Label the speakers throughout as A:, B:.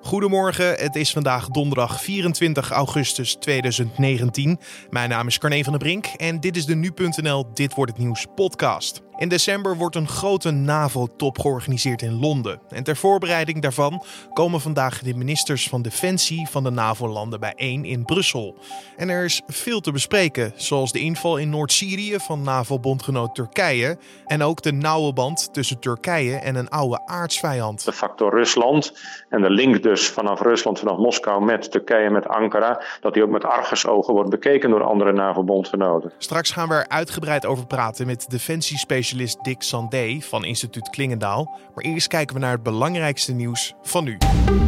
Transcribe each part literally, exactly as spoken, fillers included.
A: Goedemorgen, het is vandaag donderdag vierentwintig augustus tweeduizend negentien. Mijn naam is Carne van der Brink en dit is de nu punt n l Dit Wordt Het Nieuws podcast. In december wordt een grote NAVO-top georganiseerd in Londen. En ter voorbereiding daarvan komen vandaag de ministers van Defensie van de NAVO-landen bijeen in Brussel. En er is veel te bespreken, zoals de inval in Noord-Syrië van NAVO-bondgenoot Turkije en ook de nauwe band tussen Turkije en een oude aardsvijand.
B: De factor Rusland en de link dus vanaf Rusland, vanaf Moskou met Turkije, met Ankara, dat die ook met argusogen wordt bekeken door andere NAVO-bondgenoten.
A: Straks gaan we er uitgebreid over praten met defensiespecialist Dick Sandé van instituut Klingendaal. Maar eerst kijken we naar het belangrijkste nieuws van nu.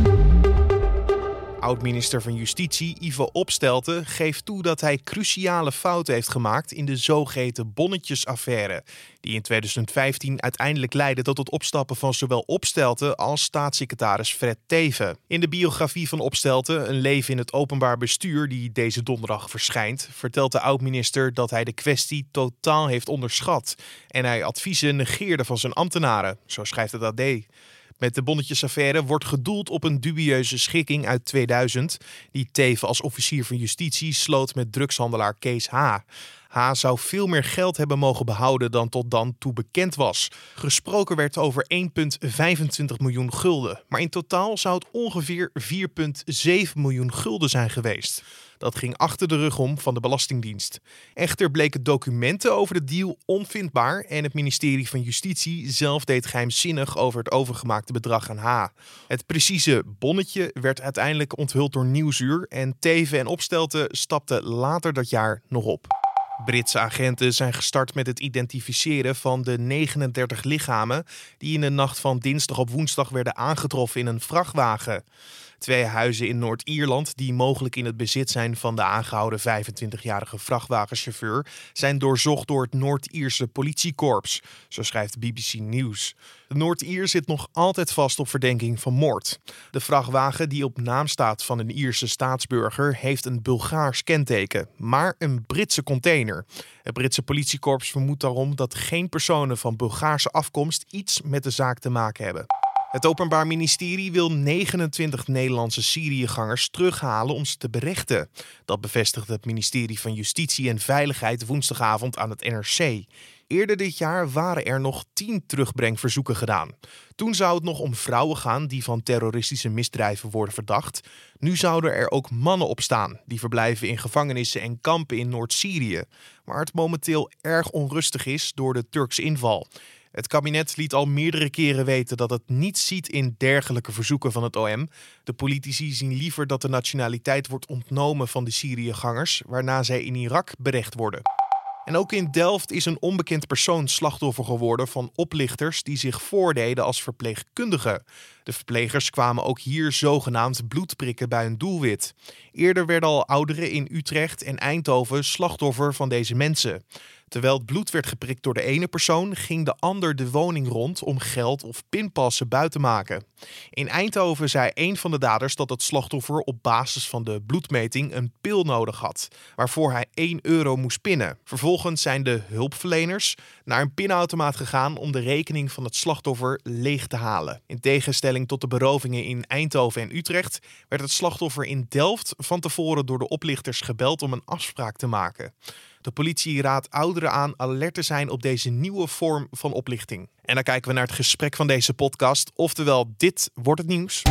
A: Oud-minister van Justitie Ivo Opstelten geeft toe dat hij cruciale fouten heeft gemaakt in de zogeheten bonnetjesaffaire, die in tweeduizend vijftien uiteindelijk leidde tot het opstappen van zowel Opstelten als staatssecretaris Fred Teeven. In de biografie van Opstelten, Een leven in het openbaar bestuur, die deze donderdag verschijnt, vertelt de oud-minister dat hij de kwestie totaal heeft onderschat en hij adviezen negeerde van zijn ambtenaren, zo schrijft het A D. Met de bonnetjesaffaire wordt gedoeld op een dubieuze schikking uit tweeduizend... die Teeven als officier van justitie sloot met drugshandelaar Kees H. H. zou veel meer geld hebben mogen behouden dan tot dan toe bekend was. Gesproken werd over één komma vijfentwintig miljoen gulden. Maar in totaal zou het ongeveer vier komma zeven miljoen gulden zijn geweest. Dat ging achter de rug om van de Belastingdienst. Echter bleken documenten over de deal onvindbaar en het ministerie van Justitie zelf deed geheimzinnig over het overgemaakte bedrag aan H. Het precieze bonnetje werd uiteindelijk onthuld door Nieuwsuur en Teeven en Opstelten stapten later dat jaar nog op. Britse agenten zijn gestart met het identificeren van de negenendertig lichamen die in de nacht van dinsdag op woensdag werden aangetroffen in een vrachtwagen. Twee huizen in Noord-Ierland, die mogelijk in het bezit zijn van de aangehouden vijfentwintigjarige vrachtwagenchauffeur, zijn doorzocht door het Noord-Ierse politiekorps, zo schrijft B B C News. De Noord-Ier zit nog altijd vast op verdenking van moord. De vrachtwagen, die op naam staat van een Ierse staatsburger, heeft een Bulgaars kenteken, maar een Britse container. Het Britse politiekorps vermoedt daarom dat geen personen van Bulgaarse afkomst iets met de zaak te maken hebben. Het Openbaar Ministerie wil negenentwintig Nederlandse Syriëgangers terughalen om ze te berechten. Dat bevestigde het ministerie van Justitie en Veiligheid woensdagavond aan het N R C. Eerder dit jaar waren er nog tien terugbrengverzoeken gedaan. Toen zou het nog om vrouwen gaan die van terroristische misdrijven worden verdacht. Nu zouden er ook mannen op staan die verblijven in gevangenissen en kampen in Noord-Syrië, waar het momenteel erg onrustig is door de Turkse inval. Het kabinet liet al meerdere keren weten dat het niet ziet in dergelijke verzoeken van het O M. De politici zien liever dat de nationaliteit wordt ontnomen van de Syriëgangers, waarna zij in Irak berecht worden. En ook in Delft is een onbekend persoon slachtoffer geworden van oplichters die zich voordeden als verpleegkundigen. De verplegers kwamen ook hier zogenaamd bloed prikken bij hun doelwit. Eerder werden al ouderen in Utrecht en Eindhoven slachtoffer van deze mensen. Terwijl het bloed werd geprikt door de ene persoon, ging de ander de woning rond om geld of pinpassen buiten te maken. In Eindhoven zei een van de daders dat het slachtoffer op basis van de bloedmeting een pil nodig had, waarvoor hij één euro moest pinnen. Vervolgens zijn de hulpverleners naar een pinautomaat gegaan om de rekening van het slachtoffer leeg te halen. In tegenstelling tot de berovingen in Eindhoven en Utrecht werd het slachtoffer in Delft van tevoren door de oplichters gebeld om een afspraak te maken. De politie raadt ouderen aan alert te zijn op deze nieuwe vorm van oplichting. En dan kijken we naar het gesprek van deze podcast, oftewel Dit Wordt Het Nieuws.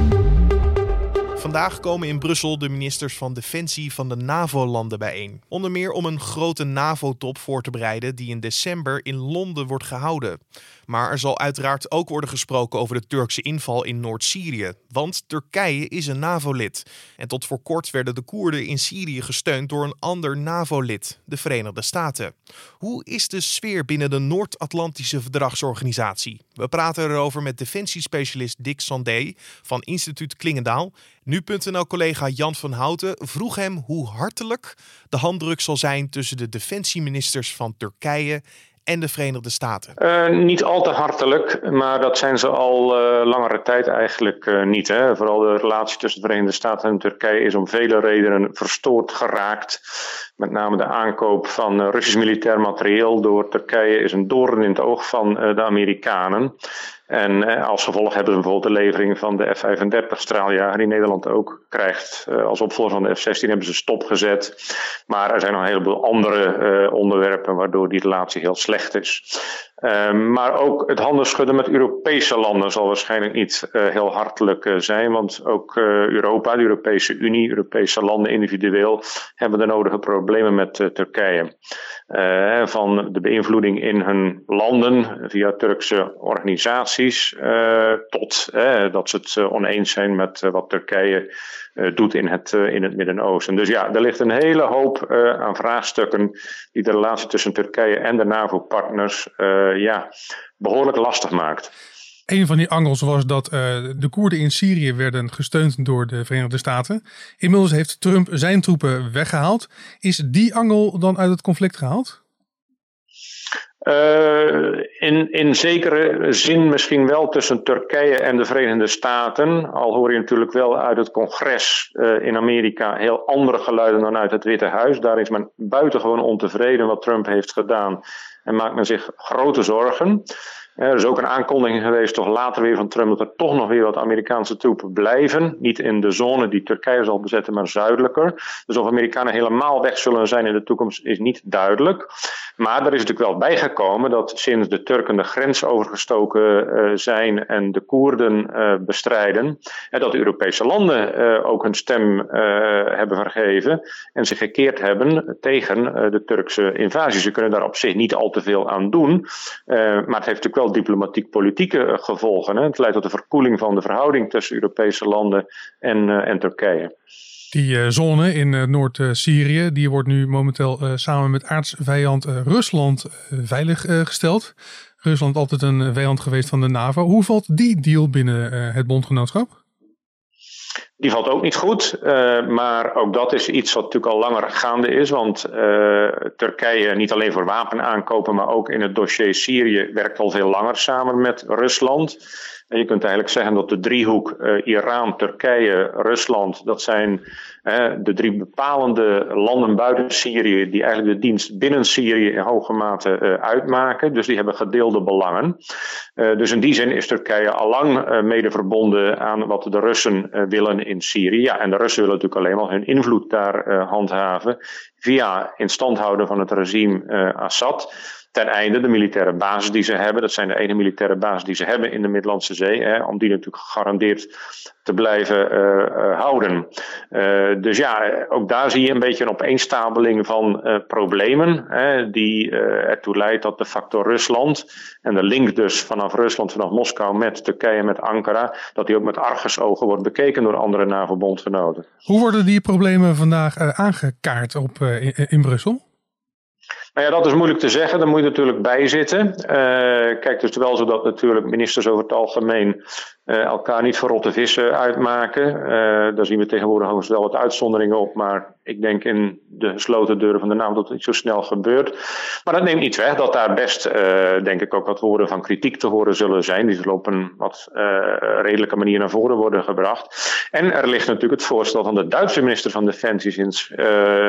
A: Vandaag komen in Brussel de ministers van Defensie van de NAVO-landen bijeen. Onder meer om een grote NAVO-top voor te bereiden die in december in Londen wordt gehouden. Maar er zal uiteraard ook worden gesproken over de Turkse inval in Noord-Syrië. Want Turkije is een NAVO-lid. En tot voor kort werden de Koerden in Syrië gesteund door een ander NAVO-lid, de Verenigde Staten. Hoe is de sfeer binnen de Noord-Atlantische Verdragsorganisatie? We praten erover met defensiespecialist Dick Sandé van instituut Klingendaal. nu punt n l-collega Jan van Houten vroeg hem hoe hartelijk de handdruk zal zijn tussen de defensieministers van Turkije en de Verenigde Staten.
B: Uh, niet al te hartelijk, maar dat zijn ze al uh, langere tijd eigenlijk uh, niet. Hè. Vooral de relatie tussen de Verenigde Staten en Turkije is om vele redenen verstoord geraakt. Met name de aankoop van uh, Russisch militair materieel door Turkije is een doorn in het oog van uh, de Amerikanen. En eh, als gevolg hebben ze bijvoorbeeld de levering van de F vijfendertig straaljager die Nederland ook krijgt. Uh, als opvolger van de F zestien hebben ze stopgezet. Maar er zijn nog een heleboel andere uh, onderwerpen waardoor die relatie heel slecht is. Uh, maar ook het handelsschudden met Europese landen zal waarschijnlijk niet uh, heel hartelijk uh, zijn. Want ook uh, Europa, de Europese Unie, Europese landen individueel hebben de nodige problemen met uh, Turkije. Uh, van de beïnvloeding in hun landen via Turkse organisaties uh, tot uh, dat ze het uh, oneens zijn met uh, wat Turkije uh, doet in het, uh, in het Midden-Oosten. Dus ja, er ligt een hele hoop uh, aan vraagstukken die de relatie tussen Turkije en de NAVO-partners uh, ja, behoorlijk lastig maakt.
C: Een van die angels was dat uh, de Koerden in Syrië werden gesteund door de Verenigde Staten. Inmiddels heeft Trump zijn troepen weggehaald. Is die angel dan uit het conflict gehaald?
B: Uh, in, in zekere zin misschien wel tussen Turkije en de Verenigde Staten. Al hoor je natuurlijk wel uit het congres uh, in Amerika heel andere geluiden dan uit het Witte Huis. Daar is men buitengewoon ontevreden wat Trump heeft gedaan en maakt men zich grote zorgen. Er is ook een aankondiging geweest, toch later weer van Trump, dat er toch nog weer wat Amerikaanse troepen blijven. Niet in de zone die Turkije zal bezetten, maar zuidelijker. Dus of Amerikanen helemaal weg zullen zijn in de toekomst is niet duidelijk. Maar er is natuurlijk wel bijgekomen dat sinds de Turken de grens overgestoken uh, zijn en de Koerden uh, bestrijden, en dat de Europese landen uh, ook hun stem uh, hebben vergeven en zich gekeerd hebben tegen uh, de Turkse invasie. Ze kunnen daar op zich niet al te veel aan doen, uh, maar het heeft natuurlijk wel diplomatiek-politieke gevolgen. Hè. Het leidt tot de verkoeling van de verhouding tussen Europese landen en, uh, en Turkije.
C: Die uh, zone in uh, Noord-Syrië, die wordt nu momenteel uh, samen met aartsvijand uh, Rusland uh, veilig uh, gesteld. Rusland altijd een vijand geweest van de NAVO. Hoe valt die deal binnen uh, het bondgenootschap?
B: Die valt ook niet goed, uh, maar ook dat is iets wat natuurlijk al langer gaande is. Want uh, Turkije, niet alleen voor wapenaankopen, maar ook in het dossier Syrië, werkt al veel langer samen met Rusland. En je kunt eigenlijk zeggen dat de driehoek uh, Iran, Turkije, Rusland, dat zijn uh, de drie bepalende landen buiten Syrië die eigenlijk de dienst binnen Syrië in hoge mate uh, uitmaken. Dus die hebben gedeelde belangen. Uh, dus in die zin is Turkije allang uh, mede verbonden aan wat de Russen uh, willen in Syrië. Ja, en de Russen willen natuurlijk alleen maar hun invloed daar uh, handhaven via in stand houden van het regime uh, Assad. Ten einde de militaire basis die ze hebben, dat zijn de enige militaire basis die ze hebben in de Middellandse Zee, hè, om die natuurlijk gegarandeerd te blijven uh, uh, houden. Uh, dus ja, ook daar zie je een beetje een opeenstapeling van uh, problemen, hè, die uh, ertoe leidt dat de factor Rusland en de link dus vanaf Rusland, vanaf Moskou met Turkije, met Ankara, dat die ook met argusogen wordt bekeken door andere NAVO-bondgenoten.
C: Hoe worden die problemen vandaag uh, aangekaart op, uh, in, in Brussel?
B: Nou ja, dat is moeilijk te zeggen. Daar moet je natuurlijk bij zitten. Uh, kijk, het is wel zo dat natuurlijk ministers over het algemeen uh, elkaar niet voor rotte vissen uitmaken. Uh, daar zien we tegenwoordig overigens wel wat uitzonderingen op. Maar ik denk in de gesloten deuren van de NAVO dat het niet zo snel gebeurt. Maar dat neemt niet weg dat daar best, uh, denk ik, ook wat woorden van kritiek te horen zullen zijn. Die zullen op een wat uh, redelijke manier naar voren worden gebracht. En er ligt natuurlijk het voorstel van de Duitse minister van Defensie sinds uh,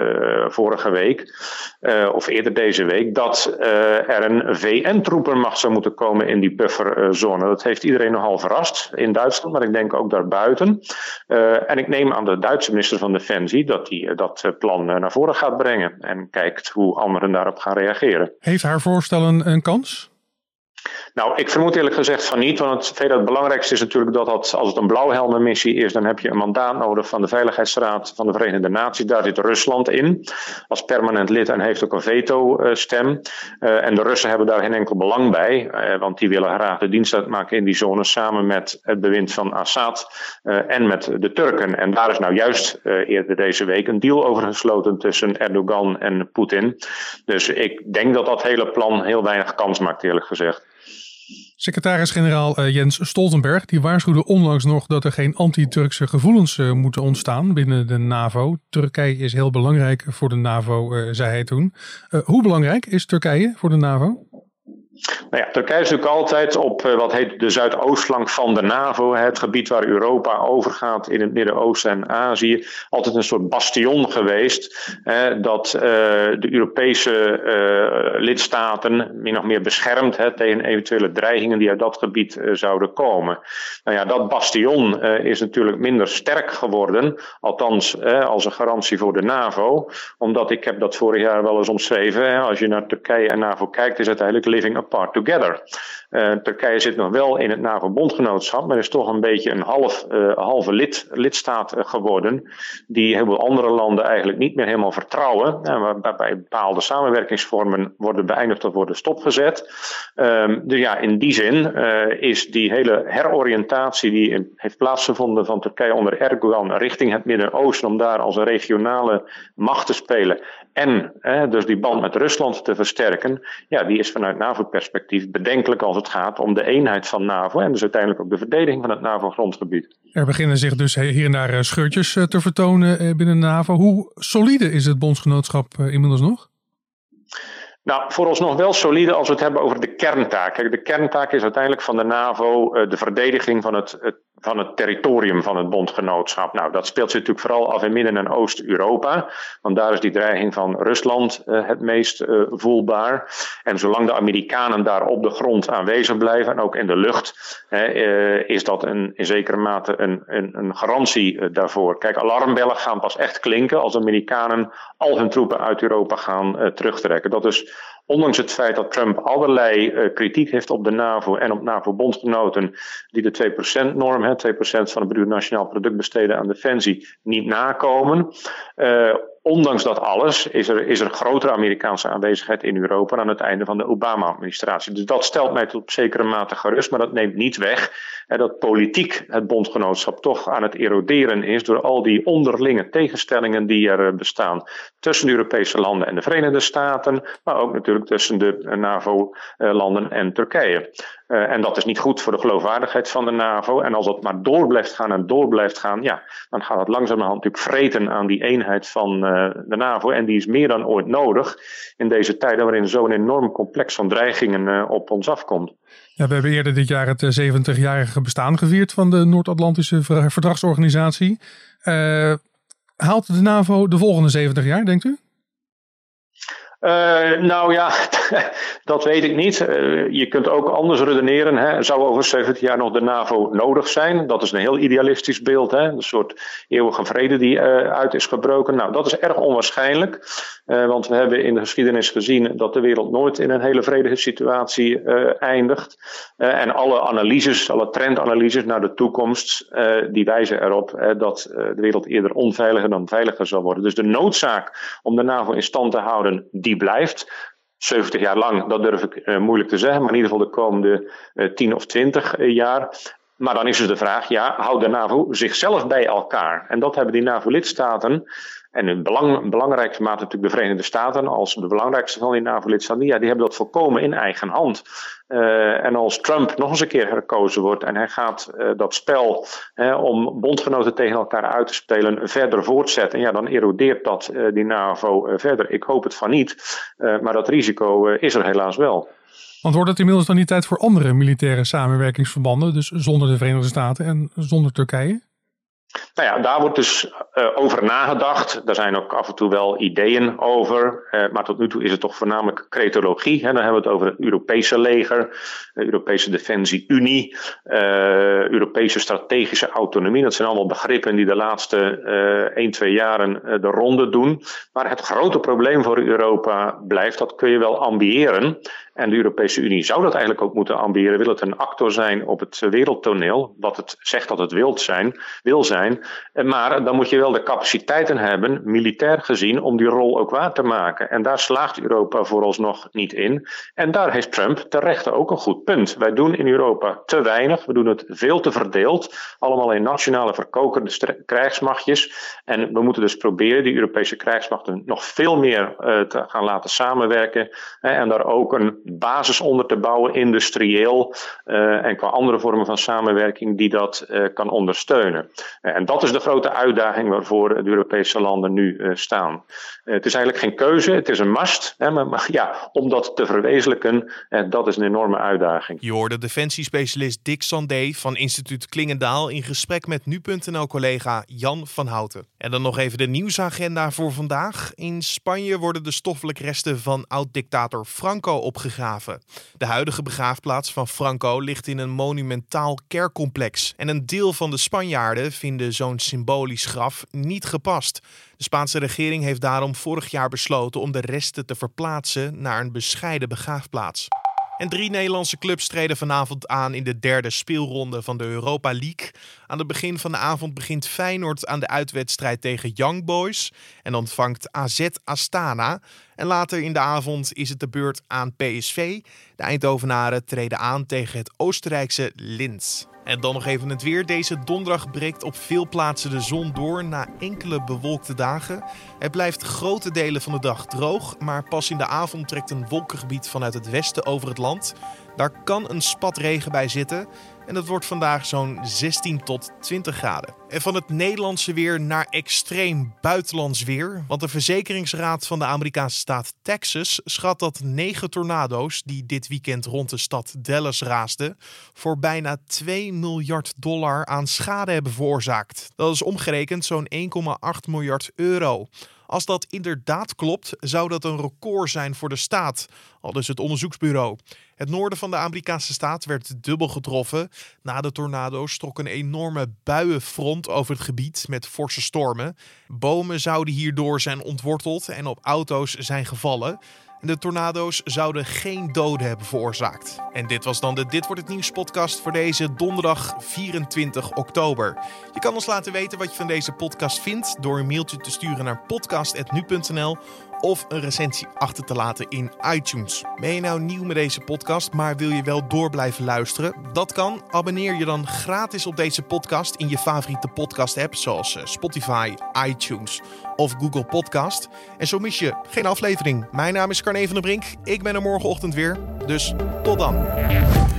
B: vorige week, uh, of eerder deze week, dat uh, er een V N-troepenmacht zou moeten komen in die bufferzone. Dat heeft iedereen nogal verrast in Duitsland, maar ik denk ook daarbuiten. Uh, en ik neem aan de Duitse minister van Defensie dat hij uh, dat plan uh, naar voren gaat brengen en kijkt hoe anderen daarop gaan reageren.
C: Heeft haar voorstel een, een kans?
B: Nou, ik vermoed eerlijk gezegd van niet, want het, het belangrijkste is natuurlijk dat, dat als het een blauwhelmenmissie is, dan heb je een mandaat nodig van de Veiligheidsraad van de Verenigde Naties. Daar zit Rusland in als permanent lid en heeft ook een veto-stem. Uh, en de Russen hebben daar geen enkel belang bij, uh, want die willen graag de dienst uitmaken in die zone samen met het bewind van Assad uh, en met de Turken. En daar is nou juist uh, eerder deze week een deal over gesloten tussen Erdogan en Poetin. Dus ik denk dat dat hele plan heel weinig kans maakt, eerlijk gezegd.
C: Secretaris-generaal uh, Jens Stoltenberg die waarschuwde onlangs nog dat er geen anti-Turkse gevoelens uh, moeten ontstaan binnen de NAVO. Turkije is heel belangrijk voor de NAVO, uh, zei hij toen. Uh, hoe belangrijk is Turkije voor de NAVO?
B: Nou ja, Turkije is natuurlijk altijd op uh, wat heet de zuidoostflank van de NAVO, het gebied waar Europa overgaat in het Midden-Oosten en Azië, altijd een soort bastion geweest, hè, dat uh, de Europese uh, lidstaten min of meer beschermt hè, tegen eventuele dreigingen die uit dat gebied uh, zouden komen. Nou ja, dat bastion uh, is natuurlijk minder sterk geworden, althans uh, als een garantie voor de NAVO, omdat ik heb dat vorig jaar wel eens omschreven, hè, als je naar Turkije en NAVO kijkt, is het eigenlijk living apart together. Uh, Turkije zit nog wel in het NAVO-bondgenootschap, maar is toch een beetje een half, uh, halve lid, lidstaat uh, geworden, die heel veel andere landen eigenlijk niet meer helemaal vertrouwen, uh, waarbij bepaalde samenwerkingsvormen worden beëindigd of worden stopgezet. Um, dus ja, in die zin uh, is die hele heroriëntatie die in, heeft plaatsgevonden van Turkije onder Erdogan richting het Midden-Oosten, om daar als een regionale macht te spelen en uh, dus die band met Rusland te versterken, ja, die is vanuit NAVO-perspectief bedenkelijk als het gaat om de eenheid van NAVO en dus uiteindelijk ook de verdediging van het NAVO-grondgebied.
C: Er beginnen zich dus hier en daar scheurtjes te vertonen binnen de NAVO. Hoe solide is het bondsgenootschap inmiddels nog?
B: Nou, vooralsnog wel solide als we het hebben over de kerntaak. Kijk, de kerntaak is uiteindelijk van de NAVO uh, de verdediging van het, het, van het territorium van het bondgenootschap. Nou, dat speelt zich natuurlijk vooral af in Midden- en Oost-Europa. Want daar is die dreiging van Rusland uh, het meest uh, voelbaar. En zolang de Amerikanen daar op de grond aanwezig blijven en ook in de lucht, hè, uh, is dat een, in zekere mate een, een, een garantie uh, daarvoor. Kijk, alarmbellen gaan pas echt klinken als de Amerikanen al hun troepen uit Europa gaan uh, terugtrekken. Dat is ondanks het feit dat Trump allerlei uh, kritiek heeft op de NAVO en op NAVO-bondgenoten die de twee procent norm, hè, twee procent van het bruto nationaal product besteden aan defensie, niet nakomen. Uh, Ondanks dat alles is er, is er grotere Amerikaanse aanwezigheid in Europa aan het einde van de Obama-administratie. Dus dat stelt mij tot zekere mate gerust, maar dat neemt niet weg hè, dat politiek het bondgenootschap toch aan het eroderen is door al die onderlinge tegenstellingen die er bestaan tussen de Europese landen en de Verenigde Staten, maar ook natuurlijk tussen de NAVO-landen en Turkije. Uh, en dat is niet goed voor de geloofwaardigheid van de NAVO. En als dat maar door blijft gaan en door blijft gaan, ja, dan gaat het langzamerhand natuurlijk vreten aan die eenheid van uh, de NAVO. En die is meer dan ooit nodig in deze tijden waarin zo'n enorm complex van dreigingen uh, op ons afkomt.
C: Ja, we hebben eerder dit jaar het zeventigjarige bestaan gevierd van de Noord-Atlantische Verdragsorganisatie. Uh, haalt de NAVO de volgende zeventig jaar, denkt u?
B: Uh, nou ja, dat weet ik niet. Uh, je kunt ook anders redeneren. Hè. Zou over zeventig jaar nog de NAVO nodig zijn? Dat is een heel idealistisch beeld. Hè. Een soort eeuwige vrede die uh, uit is gebroken. Nou, dat is erg onwaarschijnlijk. Uh, want we hebben in de geschiedenis gezien dat de wereld nooit in een hele vredige situatie uh, eindigt. Uh, en alle analyses, alle trendanalyses naar de toekomst, uh, die wijzen erop uh, dat uh, de wereld eerder onveiliger dan veiliger zal worden. Dus de noodzaak om de NAVO in stand te houden, die blijft. zeventig jaar lang, dat durf ik uh, moeilijk te zeggen, maar in ieder geval de komende uh, tien of twintig uh, jaar. Maar dan is dus de vraag, ja, houdt de NAVO zichzelf bij elkaar? En dat hebben die NAVO-lidstaten, en in belang, belangrijkste mate natuurlijk de Verenigde Staten als de belangrijkste van die NAVO-lidstaten, ja, die hebben dat volkomen in eigen hand. Uh, en als Trump nog eens een keer herkozen wordt en hij gaat uh, dat spel uh, om bondgenoten tegen elkaar uit te spelen verder voortzetten, ja, dan erodeert dat uh, die NAVO uh, verder. Ik hoop het van niet, uh, maar dat risico uh, is er helaas wel.
C: Want wordt het inmiddels dan niet tijd voor andere militaire samenwerkingsverbanden, dus zonder de Verenigde Staten en zonder Turkije?
B: Nou ja, daar wordt dus uh, over nagedacht. Daar zijn ook af en toe wel ideeën over. Uh, maar tot nu toe is het toch voornamelijk cretologie. Hè. Dan hebben we het over het Europese leger, de Europese Defensie-Unie, uh, Europese strategische autonomie. Dat zijn allemaal begrippen die de laatste uh, één, twee jaren uh, de ronde doen. Maar het grote probleem voor Europa blijft, dat kun je wel ambiëren. En de Europese Unie zou dat eigenlijk ook moeten ambiëren. Wil het een actor zijn op het wereldtoneel, wat het zegt dat het wil zijn, wil zijn. Maar dan moet je wel de capaciteiten hebben, militair gezien, om die rol ook waar te maken. En daar slaagt Europa vooralsnog niet in. En daar heeft Trump terecht ook een goed punt. Wij doen in Europa te weinig. We doen het veel te verdeeld. Allemaal in nationale verkokerde stre- krijgsmachtjes. En we moeten dus proberen die Europese krijgsmachten nog veel meer uh, te gaan laten samenwerken. Hè, en daar ook een basis onder te bouwen, industrieel uh, en qua andere vormen van samenwerking die dat uh, kan ondersteunen. Uh, en dat is de grote uitdaging waarvoor de Europese landen nu uh, staan. Uh, het is eigenlijk geen keuze, het is een must. Hè, maar, maar ja, om dat te verwezenlijken, uh, dat is een enorme uitdaging.
A: Je hoorde defensiespecialist Dick Sandé van instituut Klingendaal in gesprek met nu punt n l-collega Jan van Houten. En dan nog even de nieuwsagenda voor vandaag. In Spanje worden de stoffelijke resten van oud-dictator Franco opgegraven. De huidige begraafplaats van Franco ligt in een monumentaal kerkcomplex. En een deel van de Spanjaarden vinden zo'n symbolisch graf niet gepast. De Spaanse regering heeft daarom vorig jaar besloten om de resten te verplaatsen naar een bescheiden begraafplaats. En drie Nederlandse clubs treden vanavond aan in de derde speelronde van de Europa League. Aan het begin van de avond begint Feyenoord aan de uitwedstrijd tegen Young Boys. En dan vangt A Z Astana. En later in de avond is het de beurt aan P S V. De Eindhovenaren treden aan tegen het Oostenrijkse Linz. En dan nog even het weer. Deze donderdag breekt op veel plaatsen de zon door na enkele bewolkte dagen. Het blijft grote delen van de dag droog, maar pas in de avond trekt een wolkengebied vanuit het westen over het land. Daar kan een spat regen bij zitten en het wordt vandaag zo'n zestien tot twintig graden. En van het Nederlandse weer naar extreem buitenlands weer. Want de verzekeringsraad van de Amerikaanse staat Texas schat dat negen tornado's die dit weekend rond de stad Dallas raasden voor bijna twee miljard dollar aan schade hebben veroorzaakt. Dat is omgerekend zo'n één komma acht miljard euro. Als dat inderdaad klopt, zou dat een record zijn voor de staat, aldus het onderzoeksbureau. Het noorden van de Amerikaanse staat werd dubbel getroffen. Na de tornado's trok een enorme buienfront over het gebied met forse stormen. Bomen zouden hierdoor zijn ontworteld en op auto's zijn gevallen. En de tornado's zouden geen doden hebben veroorzaakt. En dit was dan de Dit Wordt Het Nieuws podcast voor deze donderdag vierentwintig oktober. Je kan ons laten weten wat je van deze podcast vindt door een mailtje te sturen naar podcast punt nu punt n l of een recensie achter te laten in iTunes. Ben je nou nieuw met deze podcast, maar wil je wel door blijven luisteren? Dat kan. Abonneer je dan gratis op deze podcast in je favoriete podcast-app zoals Spotify, iTunes of Google Podcast. En zo mis je geen aflevering. Mijn naam is Carne van der Brink. Ik ben er morgenochtend weer. Dus tot dan.